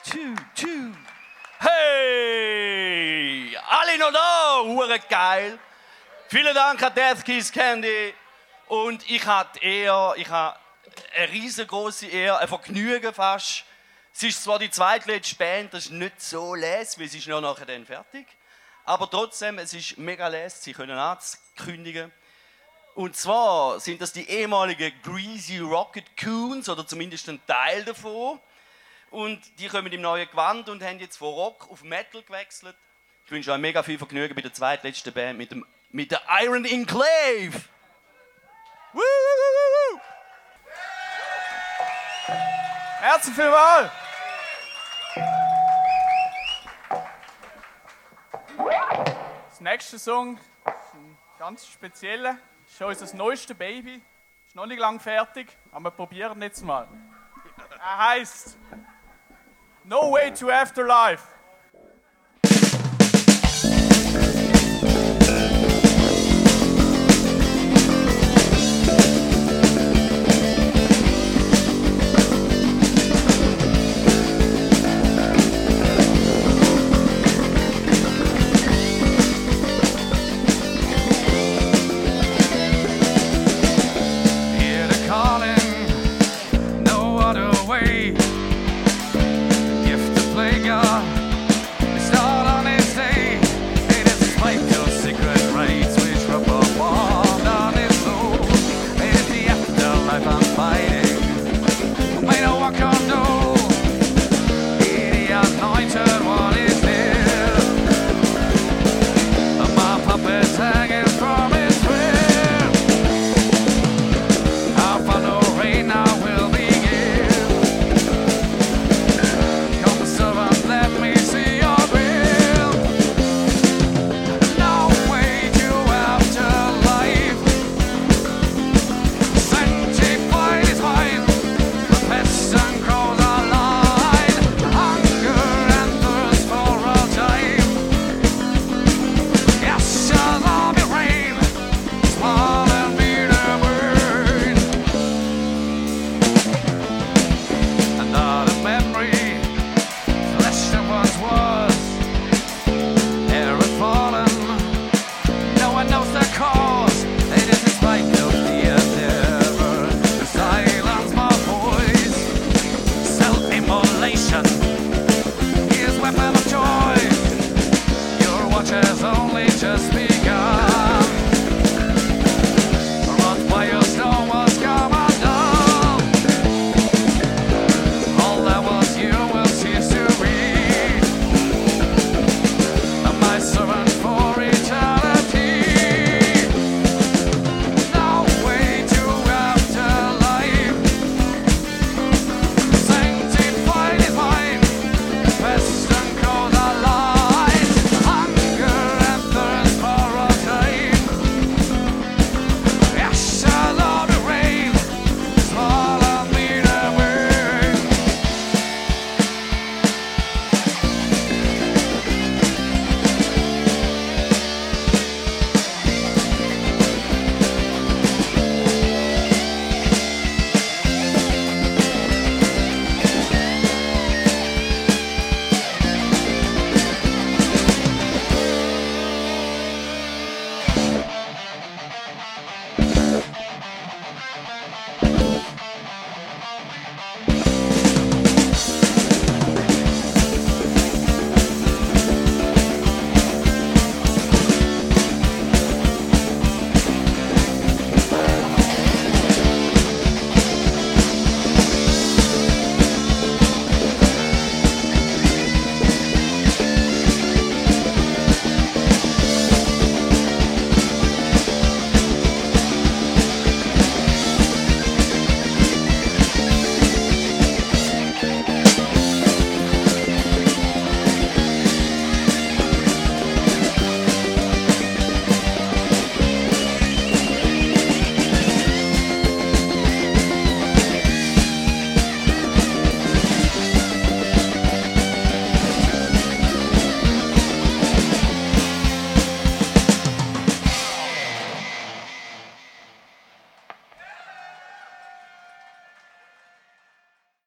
two. Hey! Alle noch da! Hure geil! Vielen Dank an Death Kiss Candy. Und ich habe eine riesengroße Ehre, ein Vergnügen fast. Es ist zwar die zweitletzte Band, das ist nicht so les, weil sie ist nur nachher dann fertig. Aber trotzdem, es ist mega les, sie können ankündigen. Und zwar sind das die ehemaligen Greasy Rocket Coons, oder zumindest ein Teil davon. Und die kommen im neuen Gewand und haben jetzt von Rock auf Metal gewechselt. Ich wünsche euch mega viel Vergnügen bei der zweitletzten Band mit der Iron Enclave. Woo! Herzlich willkommen! Das nächste Song ist ein ganz spezieller. Das ist unser neuestes Baby. Ist noch nicht lang fertig, aber wir probieren jetzt mal. Er heißt No Way to Afterlife. Self-immolation.